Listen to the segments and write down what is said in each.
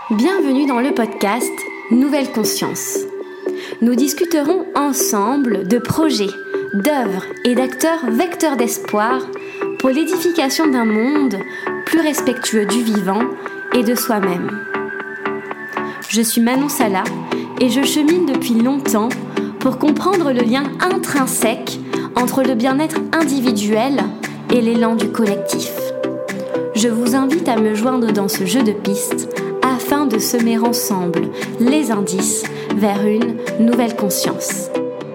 Bienvenue dans le podcast Nouvelle Conscience. Nous discuterons ensemble de projets, d'œuvres et d'acteurs vecteurs d'espoir pour l'édification d'un monde plus respectueux du vivant et de soi-même. Je suis Manon Sala et je chemine depuis longtemps pour comprendre le lien intrinsèque entre le bien-être individuel et l'élan du collectif. Je vous invite à me joindre dans ce jeu de pistes afin de semer ensemble les indices vers une nouvelle conscience.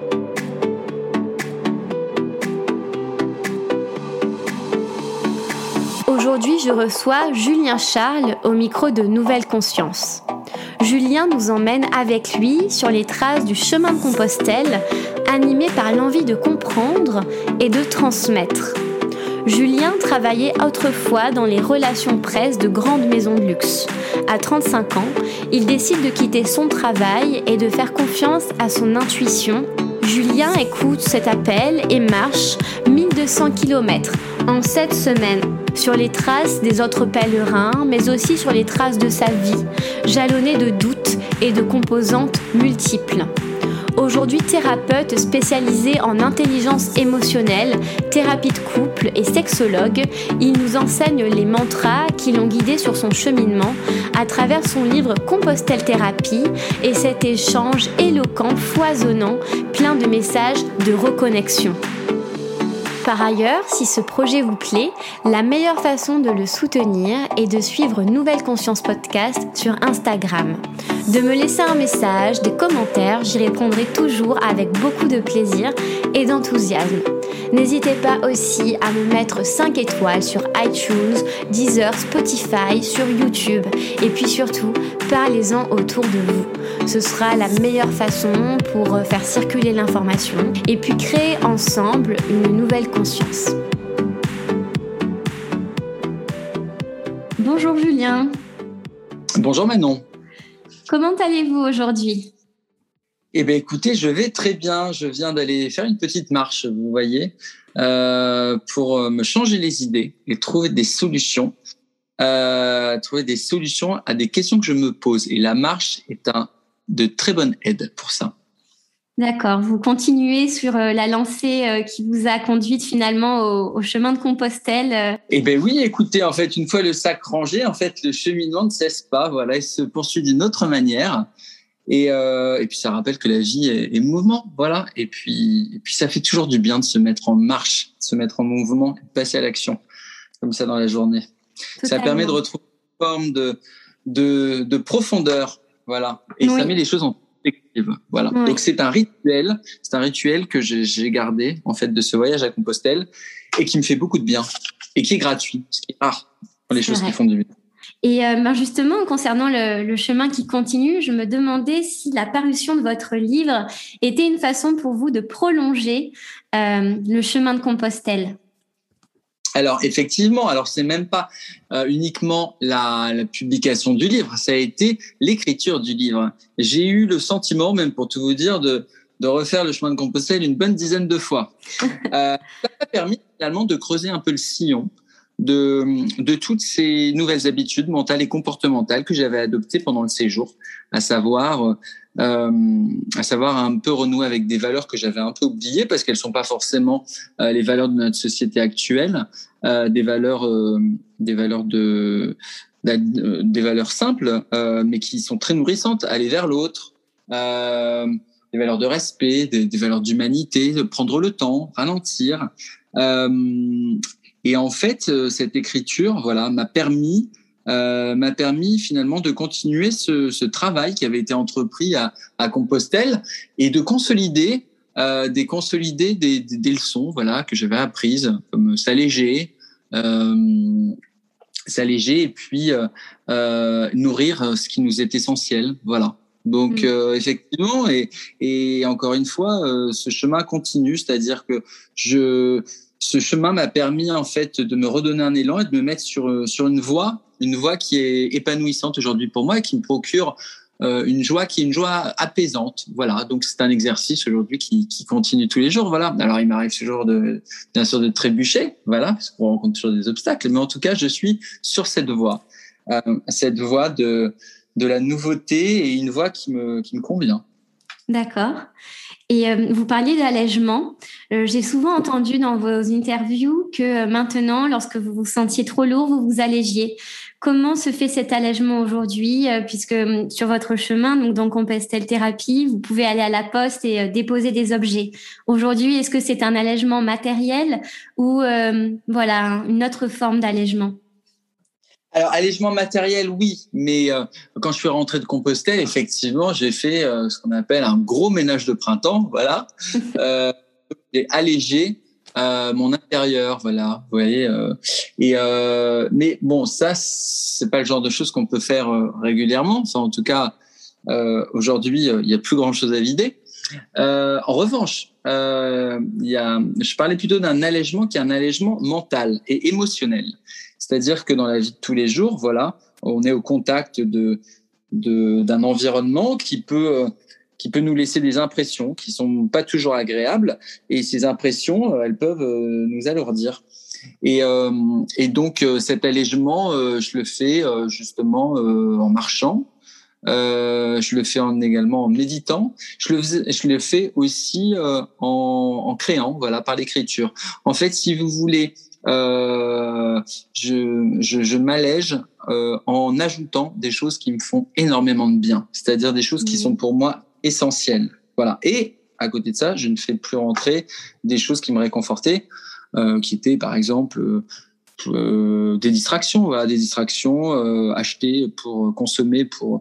Aujourd'hui, je reçois Julien Charles au micro de Nouvelle Conscience. Julien nous emmène avec lui sur les traces du chemin de Compostelle, animé par l'envie de comprendre et de transmettre. Julien travaillait autrefois dans les relations presse de grandes maisons de luxe. À 35 ans, il décide de quitter son travail et de faire confiance à son intuition. Julien écoute cet appel et marche 1200 km en 7 semaines sur les traces des autres pèlerins, mais aussi sur les traces de sa vie, jalonnée de doutes et de composantes multiples. Aujourd'hui thérapeute spécialisé en intelligence émotionnelle, thérapie de couple et sexologue, il nous enseigne les mantras qui l'ont guidé sur son cheminement à travers son livre Compostelle Thérapie et cet échange éloquent, foisonnant, plein de messages de reconnexion. Par ailleurs, si ce projet vous plaît, la meilleure façon de le soutenir est de suivre Nouvelle Conscience Podcast sur Instagram. De me laisser un message, des commentaires, j'y répondrai toujours avec beaucoup de plaisir et d'enthousiasme. N'hésitez pas aussi à me mettre 5 étoiles sur iTunes, Deezer, Spotify, sur YouTube. Et puis surtout, parlez-en autour de vous. Ce sera la meilleure façon pour faire circuler l'information et puis créer ensemble une nouvelle conscience. Bonjour Julien. Bonjour Manon. Comment allez-vous aujourd'hui ? Eh bien, écoutez, je vais très bien. Je viens d'aller faire une petite marche, vous voyez, pour me changer les idées et trouver des solutions. À des questions que je me pose. Et la marche est de très bonne aide pour ça. D'accord. Vous continuez sur la lancée qui vous a conduite finalement au chemin de Compostelle. Eh bien oui, écoutez, en fait, une fois le sac rangé, en fait, le cheminement ne cesse pas. Voilà, il se poursuit d'une autre manière. Et puis ça rappelle que la vie est mouvement, voilà. Et puis ça fait toujours du bien de se mettre en marche, de se mettre en mouvement, de passer à l'action, comme ça dans la journée. Totalement. Ça permet de retrouver une forme de profondeur, voilà. Et oui. Ça met les choses en perspective, voilà. Oui. Donc c'est un rituel que j'ai gardé en fait de ce voyage à Compostelle et qui me fait beaucoup de bien et qui est gratuit, ce qui est rare pour les choses qui font du bien. Et justement, concernant le chemin qui continue, je me demandais si la parution de votre livre était une façon pour vous de prolonger le chemin de Compostelle. Alors effectivement, c'est même pas uniquement la publication du livre, ça a été l'écriture du livre. J'ai eu le sentiment, même pour tout vous dire, de refaire le chemin de Compostelle une bonne dizaine de fois. Ça m'a permis finalement de creuser un peu le sillon de toutes ces nouvelles habitudes mentales et comportementales que j'avais adoptées pendant le séjour, à savoir un peu renouer avec des valeurs que j'avais un peu oubliées parce qu'elles sont pas forcément les valeurs de notre société actuelle, des valeurs simples, mais qui sont très nourrissantes, aller vers l'autre, des valeurs de respect, des valeurs d'humanité, de prendre le temps, ralentir. Et en fait, cette écriture, voilà, m'a permis finalement de continuer ce travail qui avait été entrepris à Compostelle et de consolider des leçons, voilà, que j'avais apprises, comme s'alléger et puis nourrir ce qui nous est essentiel, voilà. Donc effectivement, et encore une fois, ce chemin continue, c'est-à-dire que ce chemin m'a permis en fait de me redonner un élan et de me mettre sur une voie qui est épanouissante aujourd'hui pour moi et qui me procure une joie apaisante. Voilà, donc c'est un exercice aujourd'hui qui continue tous les jours. Voilà. Alors il m'arrive toujours bien sûr de trébucher, voilà, parce qu'on rencontre toujours des obstacles, mais en tout cas je suis sur cette voie de de la nouveauté et une voix qui me convient. D'accord. Et vous parliez d'allègement. J'ai souvent entendu dans vos interviews que maintenant, lorsque vous vous sentiez trop lourd, vous vous allégiez. Comment se fait cet allègement aujourd'hui, puisque sur votre chemin, donc dans Compostelle Thérapie, vous pouvez aller à la poste et déposer des objets. Aujourd'hui, est-ce que c'est un allègement matériel ou voilà une autre forme d'allègement? Alors, allègement matériel, oui, mais quand je suis rentré de Compostelle, effectivement, j'ai fait ce qu'on appelle un gros ménage de printemps, voilà. J'ai allégé mon intérieur, voilà, vous voyez. Mais bon, ça, c'est pas le genre de choses qu'on peut faire régulièrement. Enfin, en tout cas, aujourd'hui, il y a plus grand-chose à vider. En revanche, je parlais plutôt d'un allègement qui est un allègement mental et émotionnel. C'est-à-dire que dans la vie de tous les jours, voilà, on est au contact d'un environnement qui peut nous laisser des impressions qui sont pas toujours agréables, et ces impressions, elles peuvent nous alourdir. Et donc cet allègement, je le fais justement en marchant. Je le fais également en méditant. Je le fais aussi en créant, voilà, par l'écriture. En fait, si vous voulez, je m'allège en ajoutant des choses qui me font énormément de bien, c'est-à-dire des choses qui sont pour moi essentielles. Voilà. Et à côté de ça, je ne fais plus rentrer des choses qui me réconfortaient, qui étaient par exemple des distractions, voilà, des distractions achetées pour consommer, pour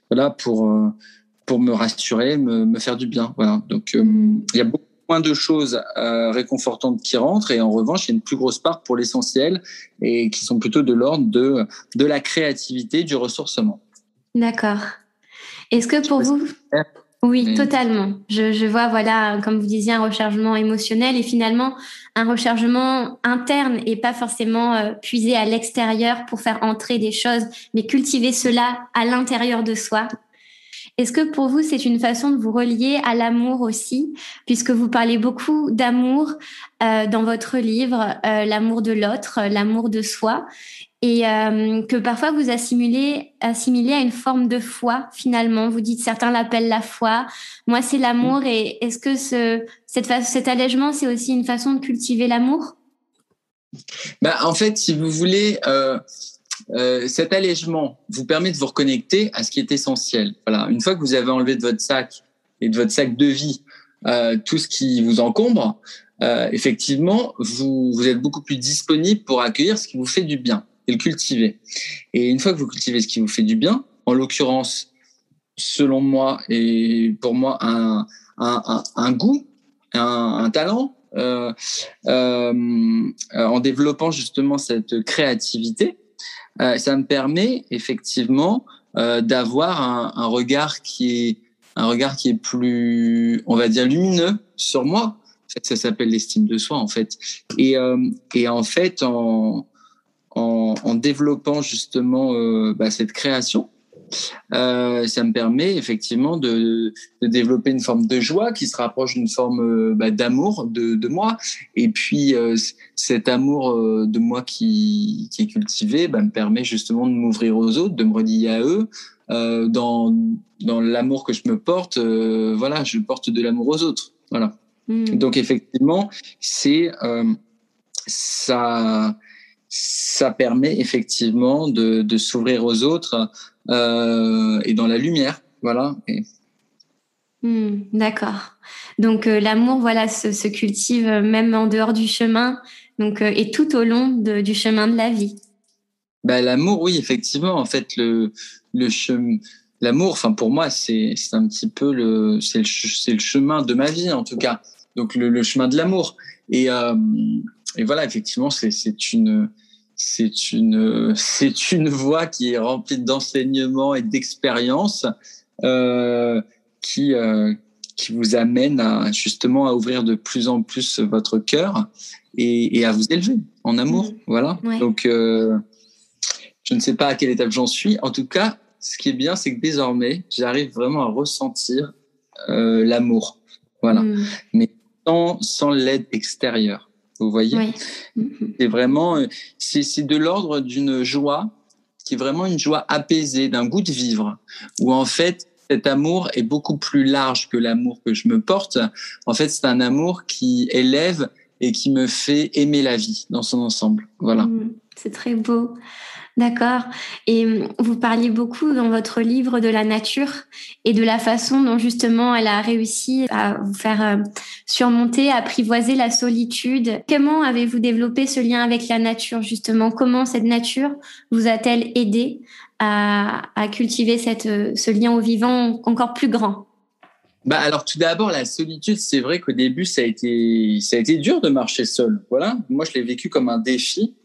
me rassurer, me faire du bien. Voilà. Donc il y a beaucoup moins de choses réconfortantes qui rentrent, et en revanche, il y a une plus grosse part pour l'essentiel et qui sont plutôt de l'ordre de la créativité, du ressourcement. D'accord. Est-ce que pour vous... Oui, totalement. Je vois, voilà, comme vous disiez, un rechargement émotionnel et finalement un rechargement interne et pas forcément puiser à l'extérieur pour faire entrer des choses, mais cultiver cela à l'intérieur de soi. Est-ce que pour vous, c'est une façon de vous relier à l'amour aussi, puisque vous parlez beaucoup d'amour dans votre livre, l'amour de l'autre, l'amour de soi, et que parfois vous assimilez à une forme de foi finalement. Vous dites, certains l'appellent la foi, moi c'est l'amour. Et est-ce que cet allègement, c'est aussi une façon de cultiver l'amour? En fait, si vous voulez, cet allègement vous permet de vous reconnecter à ce qui est essentiel. Voilà. Une fois que vous avez enlevé de votre sac et de votre sac de vie tout ce qui vous encombre, effectivement, vous êtes beaucoup plus disponible pour accueillir ce qui vous fait du bien et le cultiver. Et une fois que vous cultivez ce qui vous fait du bien, en l'occurrence, selon moi et pour moi, un goût, un talent, en développant justement cette créativité, ça me permet effectivement d'avoir un regard qui est plus, on va dire, lumineux sur moi. En fait, ça s'appelle l'estime de soi, en fait. Et en fait, en développant justement cette création, ça me permet effectivement de développer une forme de joie qui se rapproche d'une forme d'amour de moi. Et puis cet amour de moi qui est cultivé me permet justement de m'ouvrir aux autres, de me relier à eux. Dans l'amour que je me porte, je porte de l'amour aux autres. Voilà. Donc effectivement, c'est ça permet effectivement de s'ouvrir aux autres et dans la lumière, voilà. D'accord. Donc l'amour, voilà, se cultive même en dehors du chemin, donc et tout au long du chemin de la vie. L'amour, oui, effectivement. En fait, l'amour, enfin pour moi, c'est un petit peu c'est le chemin de ma vie, en tout cas. Donc le chemin de l'amour. Et voilà, effectivement, c'est une voie qui est remplie d'enseignements et d'expériences qui vous amène justement à ouvrir de plus en plus votre cœur et à vous élever en amour. Voilà. Ouais. Donc, je ne sais pas à quelle étape j'en suis. En tout cas, ce qui est bien, c'est que désormais, j'arrive vraiment à ressentir l'amour. Voilà. Mais sans l'aide extérieure. Vous voyez, c'est vraiment, c'est de l'ordre d'une joie qui est vraiment une joie apaisée, d'un goût de vivre, où en fait, cet amour est beaucoup plus large que l'amour que je me porte. En fait, c'est un amour qui élève et qui me fait aimer la vie dans son ensemble. Voilà. C'est très beau. D'accord. Et vous parliez beaucoup dans votre livre de la nature et de la façon dont justement elle a réussi à vous faire surmonter, apprivoiser la solitude. Comment avez-vous développé ce lien avec la nature justement? Comment cette nature vous a-t-elle aidé à cultiver ce lien au vivant encore plus grand? Alors tout d'abord, la solitude, c'est vrai qu'au début, ça a été dur de marcher seul. Voilà. Moi, je l'ai vécu comme un défi.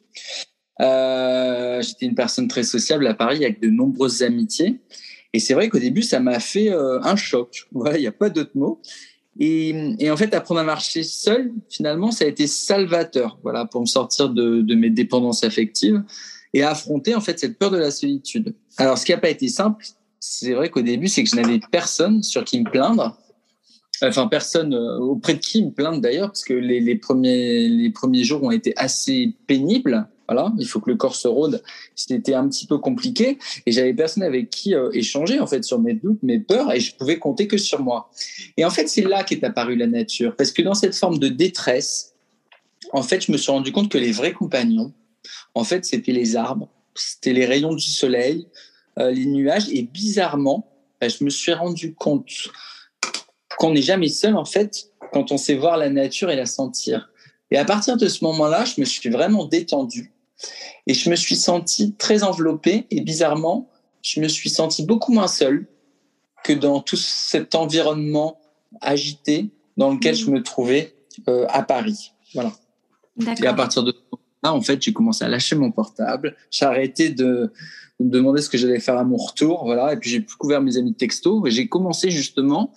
J'étais une personne très sociable à Paris avec de nombreuses amitiés. Et c'est vrai qu'au début, ça m'a fait un choc. Voilà, il n'y a pas d'autre mot. Et en fait, apprendre à marcher seul, finalement, ça a été salvateur. Voilà, pour me sortir de mes dépendances affectives et affronter en fait cette peur de la solitude. Alors, ce qui n'a pas été simple, c'est vrai qu'au début, c'est que je n'avais personne sur qui me plaindre. Enfin, personne auprès de qui me plaindre d'ailleurs, parce que les premiers jours ont été assez pénibles. Voilà, il faut que le corps se rôde. C'était un petit peu compliqué et j'avais personne avec qui échanger en fait sur mes doutes, mes peurs, et je pouvais compter que sur moi. Et en fait, c'est là qu'est apparue la nature, parce que dans cette forme de détresse, en fait, je me suis rendu compte que les vrais compagnons, en fait, c'était les arbres, c'était les rayons du soleil, les nuages, et bizarrement, je me suis rendu compte qu'on n'est jamais seul en fait quand on sait voir la nature et la sentir. Et à partir de ce moment-là, je me suis vraiment détendu. Et je me suis senti très enveloppé et bizarrement, je me suis senti beaucoup moins seul que dans tout cet environnement agité dans lequel je me trouvais à Paris. Voilà. D'accord. Et à partir de là, en fait, j'ai commencé à lâcher mon portable. J'ai arrêté de me demander ce que j'allais faire à mon retour. Voilà. Et puis, j'ai plus couvert mes amis de texto. Et j'ai commencé justement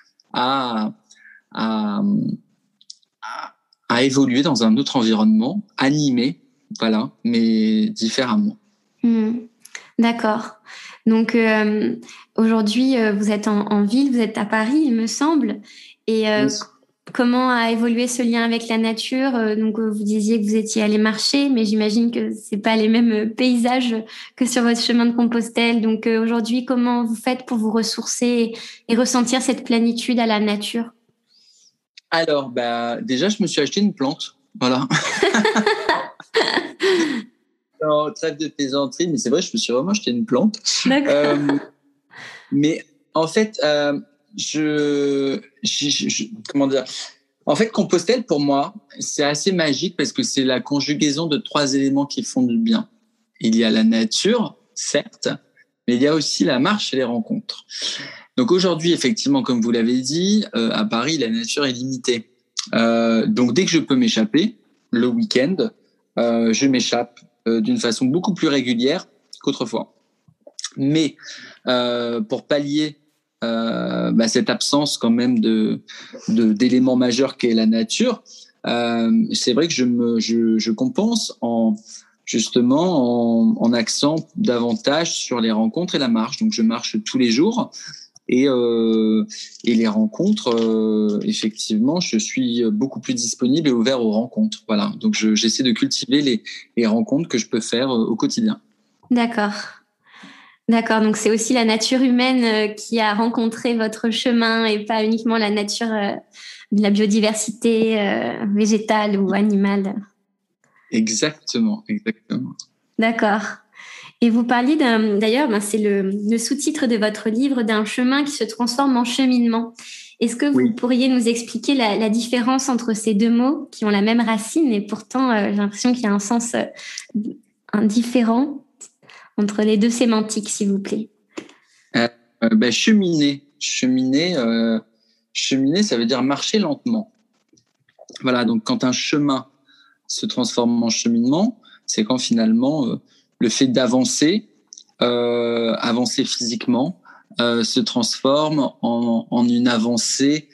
à évoluer dans un autre environnement, animé, voilà, mais différemment. D'accord. Donc aujourd'hui, vous êtes en ville, vous êtes à Paris, il me semble. Et comment a évolué ce lien avec la nature? Donc vous disiez que vous étiez allé marcher, mais j'imagine que c'est pas les mêmes paysages que sur votre chemin de Compostelle. Donc aujourd'hui, comment vous faites pour vous ressourcer et ressentir cette plénitude à la nature? Alors, déjà, je me suis acheté une plante. Voilà. Alors, trêve de plaisanterie, mais c'est vrai, je me suis vraiment acheté une plante. D'accord. Mais en fait, comment dire? En fait, Compostelle, pour moi, c'est assez magique parce que c'est la conjugaison de 3 éléments qui font du bien. Il y a la nature, certes, mais il y a aussi la marche et les rencontres. Donc aujourd'hui, effectivement, comme vous l'avez dit, à Paris, la nature est limitée. Donc dès que je peux m'échapper, le week-end, je m'échappe d'une façon beaucoup plus régulière qu'autrefois. Mais pour pallier cette absence quand même d'éléments majeurs qu'est la nature, c'est vrai que je compense en axant davantage sur les rencontres et la marche. Donc je marche tous les jours. Et les rencontres, effectivement, je suis beaucoup plus disponible et ouvert aux rencontres. Voilà. Donc, j'essaie de cultiver les rencontres que je peux faire au quotidien. D'accord. Donc, c'est aussi la nature humaine qui a rencontré votre chemin et pas uniquement la nature de la biodiversité végétale ou animale. Exactement. D'accord. Et vous parliez d'ailleurs, c'est le sous-titre de votre livre, d'un chemin qui se transforme en cheminement. Est-ce que vous pourriez nous expliquer la différence entre ces deux mots qui ont la même racine et pourtant j'ai l'impression qu'il y a un sens différent entre les deux sémantiques, s'il vous plaît? Cheminer, ça veut dire marcher lentement. Voilà, donc quand un chemin se transforme en cheminement, c'est quand finalement le fait d'avancer, avancer physiquement, se transforme en une avancée,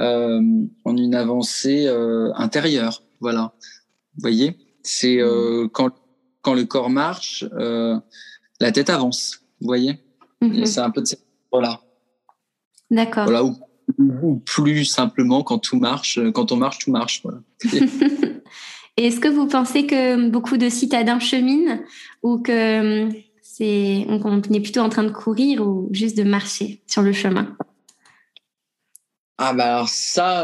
intérieure. Voilà. Vous voyez, c'est quand le corps marche, la tête avance. Vous voyez, et c'est un peu de cette voilà. D'accord. Voilà, ou plus simplement quand on marche, tout marche. Voilà. Et est-ce que vous pensez que beaucoup de citadins cheminent ou que on est plutôt en train de courir ou juste de marcher sur le chemin? Ah bah alors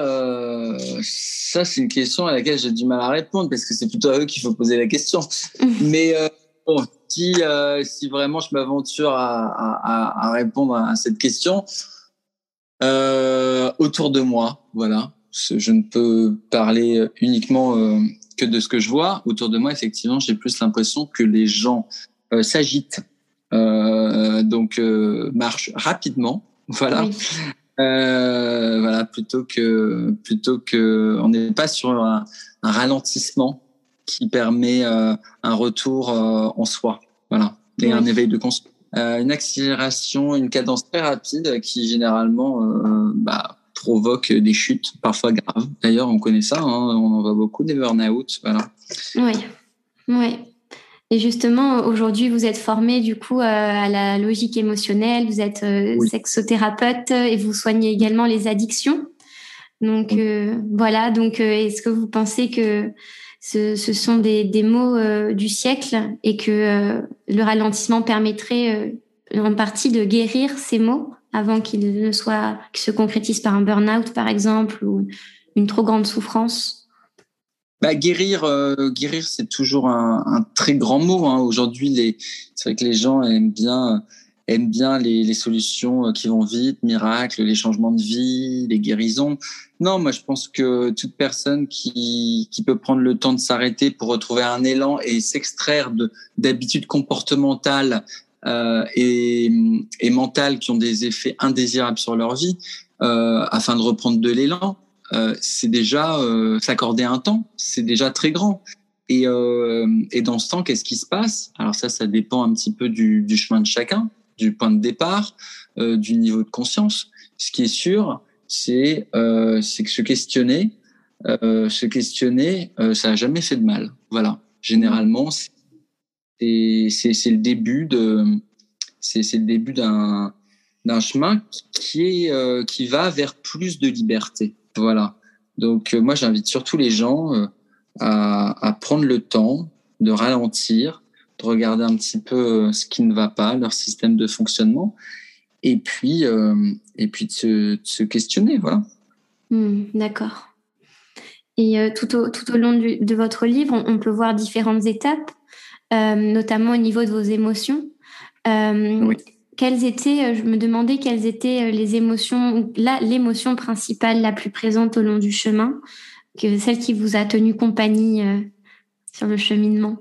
ça c'est une question à laquelle j'ai du mal à répondre parce que c'est plutôt à eux qu'il faut poser la question. Mais bon, si vraiment je m'aventure à répondre à cette question, autour de moi, voilà, je ne peux parler uniquement que de ce que je vois. Autour de moi, effectivement, j'ai plus l'impression que les gens s'agitent, donc marchent rapidement, voilà. Oui. Voilà, plutôt que, on n'est pas sur un ralentissement qui permet un retour en soi, voilà, et un Oui. éveil de conscience. Une accélération, une cadence très rapide qui généralement provoque des chutes, parfois graves. D'ailleurs, on connaît ça, hein, on en voit beaucoup des burn-out, voilà. Oui. Oui. Et justement, aujourd'hui, vous êtes formé du coup à la logique émotionnelle, vous êtes Oui. sexothérapeute et vous soignez également les addictions. Donc voilà, donc est-ce que vous pensez que ce sont des maux du siècle et que le ralentissement permettrait en partie de guérir ces maux avant qu'ils se concrétisent par un burn-out par exemple ou une trop grande souffrance? Guérir, c'est toujours un très grand mot, hein. Aujourd'hui, c'est vrai que les gens aiment bien les solutions qui vont vite, miracles, les changements de vie, les guérisons. Non, moi je pense que toute personne qui peut prendre le temps de s'arrêter pour retrouver un élan et s'extraire d'habitudes comportementales et mentales qui ont des effets indésirables sur leur vie, afin de reprendre de l'élan. C'est déjà s'accorder un temps, c'est déjà très grand. Et dans ce temps, qu'est-ce qui se passe? Alors ça dépend un petit peu du chemin de chacun, du point de départ, du niveau de conscience. Ce qui est sûr, c'est que se questionner, ça n'a jamais fait de mal. Voilà. Généralement, c'est le début c'est le début d'un chemin qui va vers plus de liberté. Voilà. Donc moi j'invite surtout les gens à prendre le temps de ralentir, de regarder un petit peu ce qui ne va pas, leur système de fonctionnement, et puis de se questionner. Voilà. D'accord. Et tout au long de votre livre, on peut voir différentes étapes, notamment au niveau de vos émotions. Oui. Je me demandais quelles étaient les émotions, ou l'émotion principale la plus présente au long du chemin, celle qui vous a tenu compagnie sur le cheminement.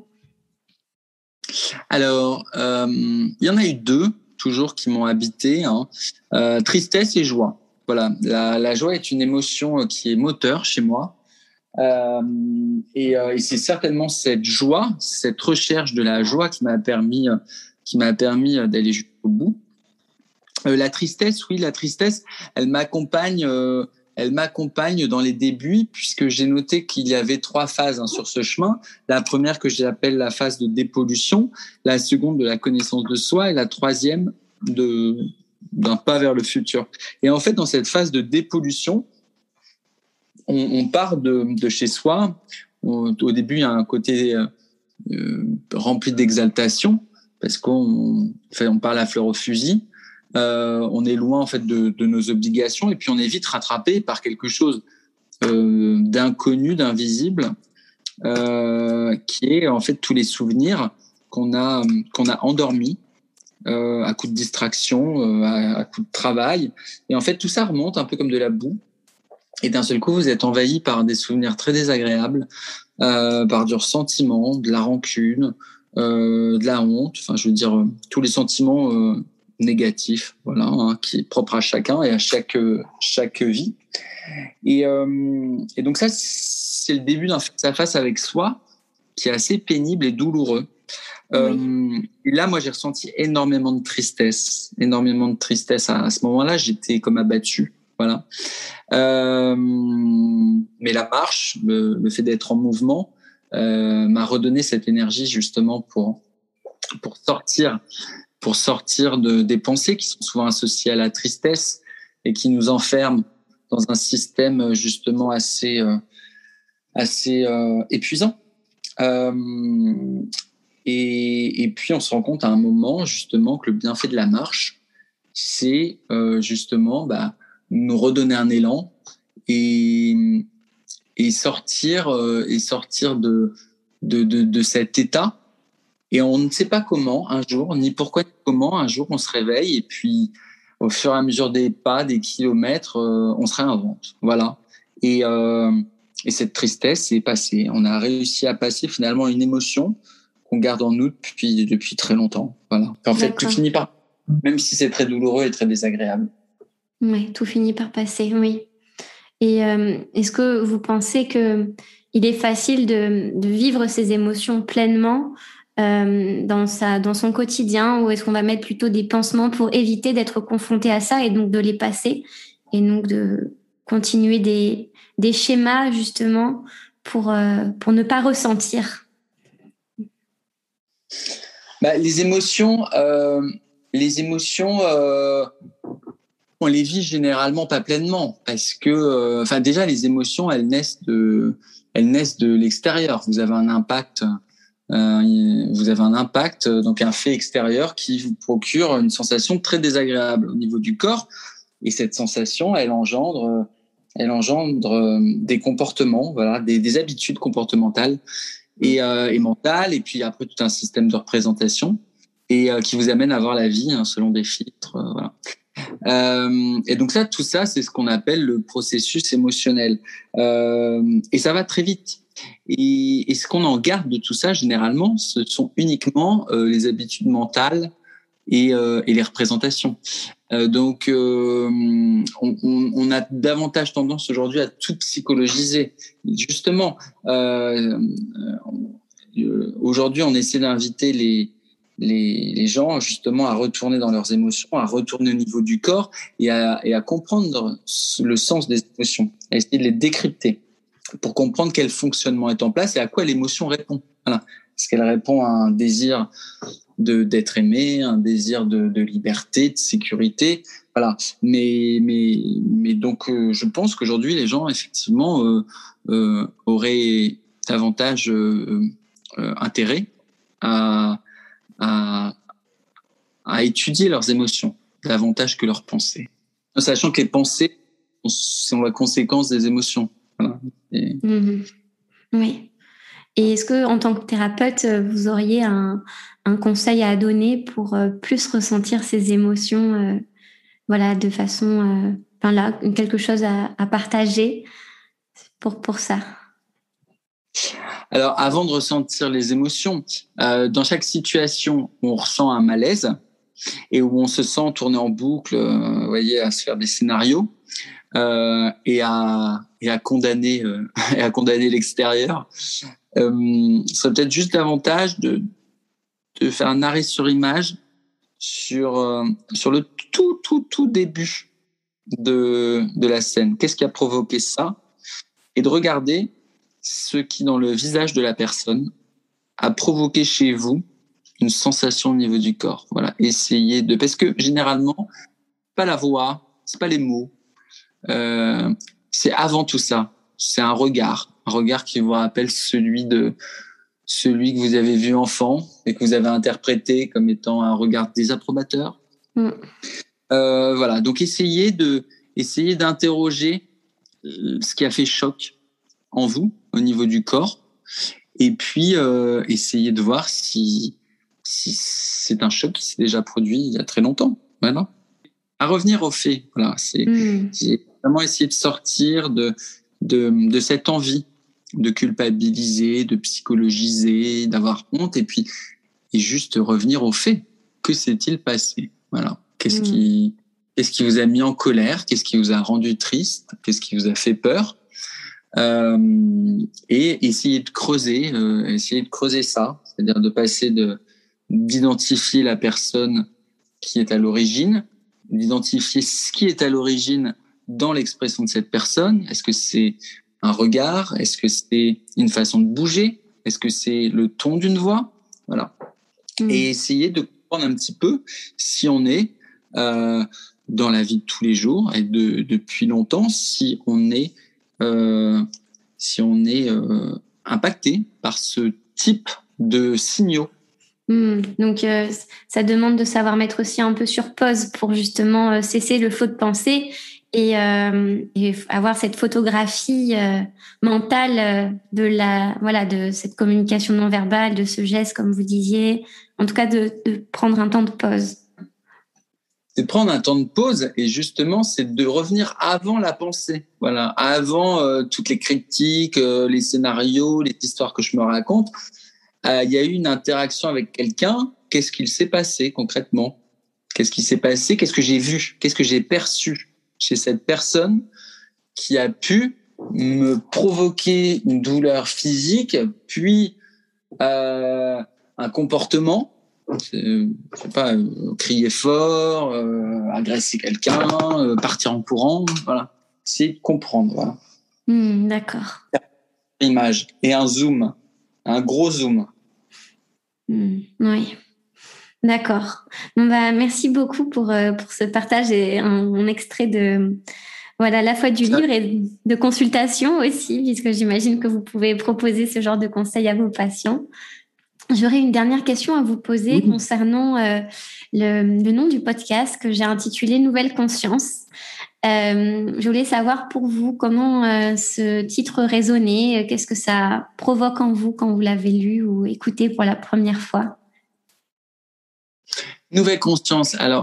Alors, il y en a eu deux, toujours, qui m'ont habité, hein. Tristesse et joie. Voilà, la joie est une émotion qui est moteur chez moi. Et c'est certainement cette joie, cette recherche de la joie qui m'a permis d'aller jusqu'au bout. La tristesse, oui, la tristesse, elle m'accompagne dans les débuts, puisque j'ai noté qu'il y avait 3 phases, hein, sur ce chemin. La première que j'appelle la phase de dépollution, la seconde de la connaissance de soi et la troisième d'un pas vers le futur. Et en fait, dans cette phase de dépollution, on part de chez soi. Au début, il y a un côté rempli d'exaltation, parce qu'on parle à fleur au fusil. On est loin en fait de nos obligations, et puis on est vite rattrapé par quelque chose d'inconnu, d'invisible, qui est en fait tous les souvenirs qu'on a endormis à coup de distraction, à coup de travail. Et en fait, tout ça remonte un peu comme de la boue. Et d'un seul coup, vous êtes envahi par des souvenirs très désagréables, par du ressentiment, de la rancune, de la honte. Enfin, je veux dire, tous les sentiments négatifs, voilà, hein, qui est propre à chacun et à chaque vie. Et donc ça, c'est le début d'un face-à-face avec soi qui est assez pénible et douloureux. Oui. Et là, moi, j'ai ressenti énormément de tristesse à ce moment-là. J'étais comme abattu, voilà. Mais la marche, le fait d'être en mouvement, m'a redonné cette énergie justement pour sortir des pensées qui sont souvent associées à la tristesse et qui nous enferment dans un système justement assez épuisant. Et puis, on se rend compte à un moment, justement, que le bienfait de la marche, c'est justement nous redonner un élan et, et sortir de cet état. Et on ne sait pas comment, un jour, ni pourquoi, ni comment, un jour, on se réveille et puis, au fur et à mesure des pas, des kilomètres, on se réinvente. Voilà. Et cette tristesse est passée. On a réussi à passer finalement une émotion qu'on garde en nous depuis très longtemps. Voilà. En fait, tout finit par, même si c'est très douloureux et très désagréable. Oui, tout finit par passer, oui. Et est-ce que vous pensez qu'il est facile de vivre ses émotions pleinement dans son quotidien, ou est-ce qu'on va mettre plutôt des pansements pour éviter d'être confronté à ça et donc de les passer et donc de continuer des schémas justement pour ne pas ressentir? Les émotions, on les vit généralement pas pleinement parce que, déjà, les émotions, elles naissent de l'extérieur. Vous avez un impact, donc un fait extérieur qui vous procure une sensation très désagréable au niveau du corps. Et cette sensation, elle engendre des comportements, voilà, des habitudes comportementales et mentales. Et puis après, tout un système de représentation et qui vous amène à voir la vie selon des filtres. Voilà. Et donc tout ça, c'est ce qu'on appelle le processus émotionnel. Et ça va très vite. Et ce qu'on en garde de tout ça, généralement, ce sont uniquement les habitudes mentales et les représentations. Donc, on a davantage tendance aujourd'hui à tout psychologiser. Justement, aujourd'hui, on essaie d'inviter les gens justement à retourner dans leurs émotions, à retourner au niveau du corps et à comprendre le sens des émotions, à essayer de les décrypter pour comprendre quel fonctionnement est en place et à quoi l'émotion répond. Voilà. Est-ce qu'elle répond à un désir d'être aimé, un désir de liberté, de sécurité, voilà. Mais donc, je pense qu'aujourd'hui, les gens, effectivement, auraient davantage intérêt à étudier leurs émotions davantage que leurs pensées, sachant que les pensées sont la conséquence des émotions. Voilà. Oui. Et est-ce que, en tant que thérapeute, vous auriez un conseil à donner pour plus ressentir ces émotions, voilà, de façon, quelque chose à partager pour ça? Alors, avant de ressentir les émotions, dans chaque situation où on ressent un malaise et où on se sent tourner en boucle, vous voyez, à se faire des scénarios et à condamner l'extérieur, ce serait peut-être juste davantage de faire un arrêt sur image sur le tout début de la scène. Qu'est-ce qui a provoqué ça? Et de regarder ce qui, dans le visage de la personne, a provoqué chez vous une sensation au niveau du corps. Voilà, essayez parce que généralement, pas la voix, c'est pas les mots, c'est avant tout ça. C'est un regard qui vous rappelle celui que vous avez vu enfant et que vous avez interprété comme étant un regard désapprobateur. Voilà, donc essayez d'interroger ce qui a fait choc en vous au niveau du corps et puis essayez de voir si c'est un choc qui s'est déjà produit il y a très longtemps. Voilà. À revenir aux faits, voilà, c'est vraiment essayer de sortir de cette envie de culpabiliser, de psychologiser, d'avoir honte, et juste revenir aux faits. Que s'est-il passé? Voilà. Qu'est-ce qui vous a mis en colère? Qu'est-ce qui vous a rendu triste? Qu'est-ce qui vous a fait peur? Et essayer de creuser ça, c'est-à-dire de passer d'identifier la personne qui est à l'origine, d'identifier ce qui est à l'origine dans l'expression de cette personne. Est-ce que c'est un regard? Est-ce que c'est une façon de bouger? Est-ce que c'est le ton d'une voix? Voilà. Et essayer de comprendre un petit peu si on est dans la vie de tous les jours et depuis longtemps, si on est impacté par ce type de signaux Donc, ça demande de savoir mettre aussi un peu sur pause pour justement cesser le flot de pensée et avoir cette photographie mentale de cette communication non verbale, de ce geste, comme vous disiez. En tout cas, de prendre un temps de pause. C'est de prendre un temps de pause et justement, c'est de revenir avant la pensée. Voilà, avant toutes les critiques, les scénarios, les histoires que je me raconte. Il y a eu une interaction avec quelqu'un. Qu'est-ce qu'il s'est passé concrètement ? Qu'est-ce qui s'est passé ? Qu'est-ce que j'ai vu ? Qu'est-ce que j'ai perçu chez cette personne qui a pu me provoquer une douleur physique, puis un comportement, je sais pas, crier fort, agresser quelqu'un, partir en courant, voilà. C'est comprendre, voilà. D'accord. Image et un zoom, un gros zoom. Oui. D'accord. Bon, merci beaucoup pour ce partage et un extrait de à la fois du livre et de consultation aussi, puisque j'imagine que vous pouvez proposer ce genre de conseils à vos patients. J'aurais une dernière question à vous poser concernant le nom du podcast que j'ai intitulé Nouvelle Conscience. Je voulais savoir pour vous comment ce titre résonnait, qu'est-ce que ça provoque en vous quand vous l'avez lu ou écouté pour la première fois. Nouvelle conscience. Alors,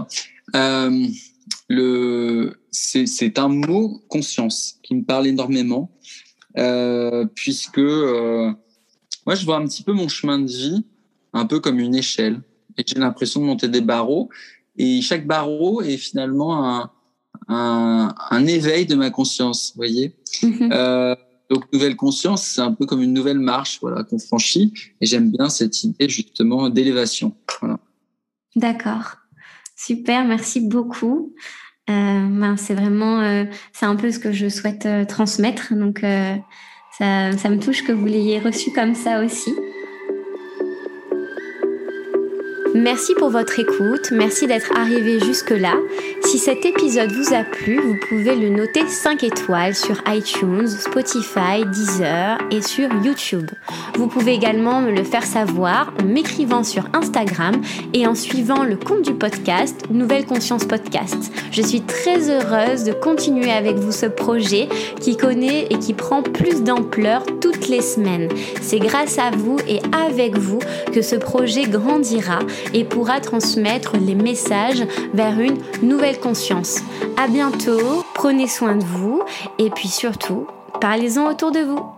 c'est un mot conscience qui me parle énormément, puisque moi, je vois un petit peu mon chemin de vie un peu comme une échelle. Et j'ai l'impression de monter des barreaux. Et chaque barreau est finalement un éveil de ma conscience, vous voyez. Donc, nouvelle conscience, c'est un peu comme une nouvelle marche, voilà, qu'on franchit. Et j'aime bien cette idée, justement, d'élévation. Voilà. D'accord. Super, merci beaucoup. C'est vraiment, c'est un peu ce que je souhaite transmettre. Donc, ça me touche que vous l'ayez reçu comme ça aussi. Merci pour votre écoute, merci d'être arrivé jusque-là. Si cet épisode vous a plu, vous pouvez le noter 5 étoiles sur iTunes, Spotify, Deezer et sur YouTube. Vous pouvez également me le faire savoir en m'écrivant sur Instagram et en suivant le compte du podcast Nouvelle Conscience Podcast. Je suis très heureuse de continuer avec vous ce projet qui connaît et qui prend plus d'ampleur toutes les semaines. C'est grâce à vous et avec vous que ce projet grandira et pourra transmettre les messages vers une nouvelle conscience. À bientôt, prenez soin de vous et puis surtout, parlez-en autour de vous.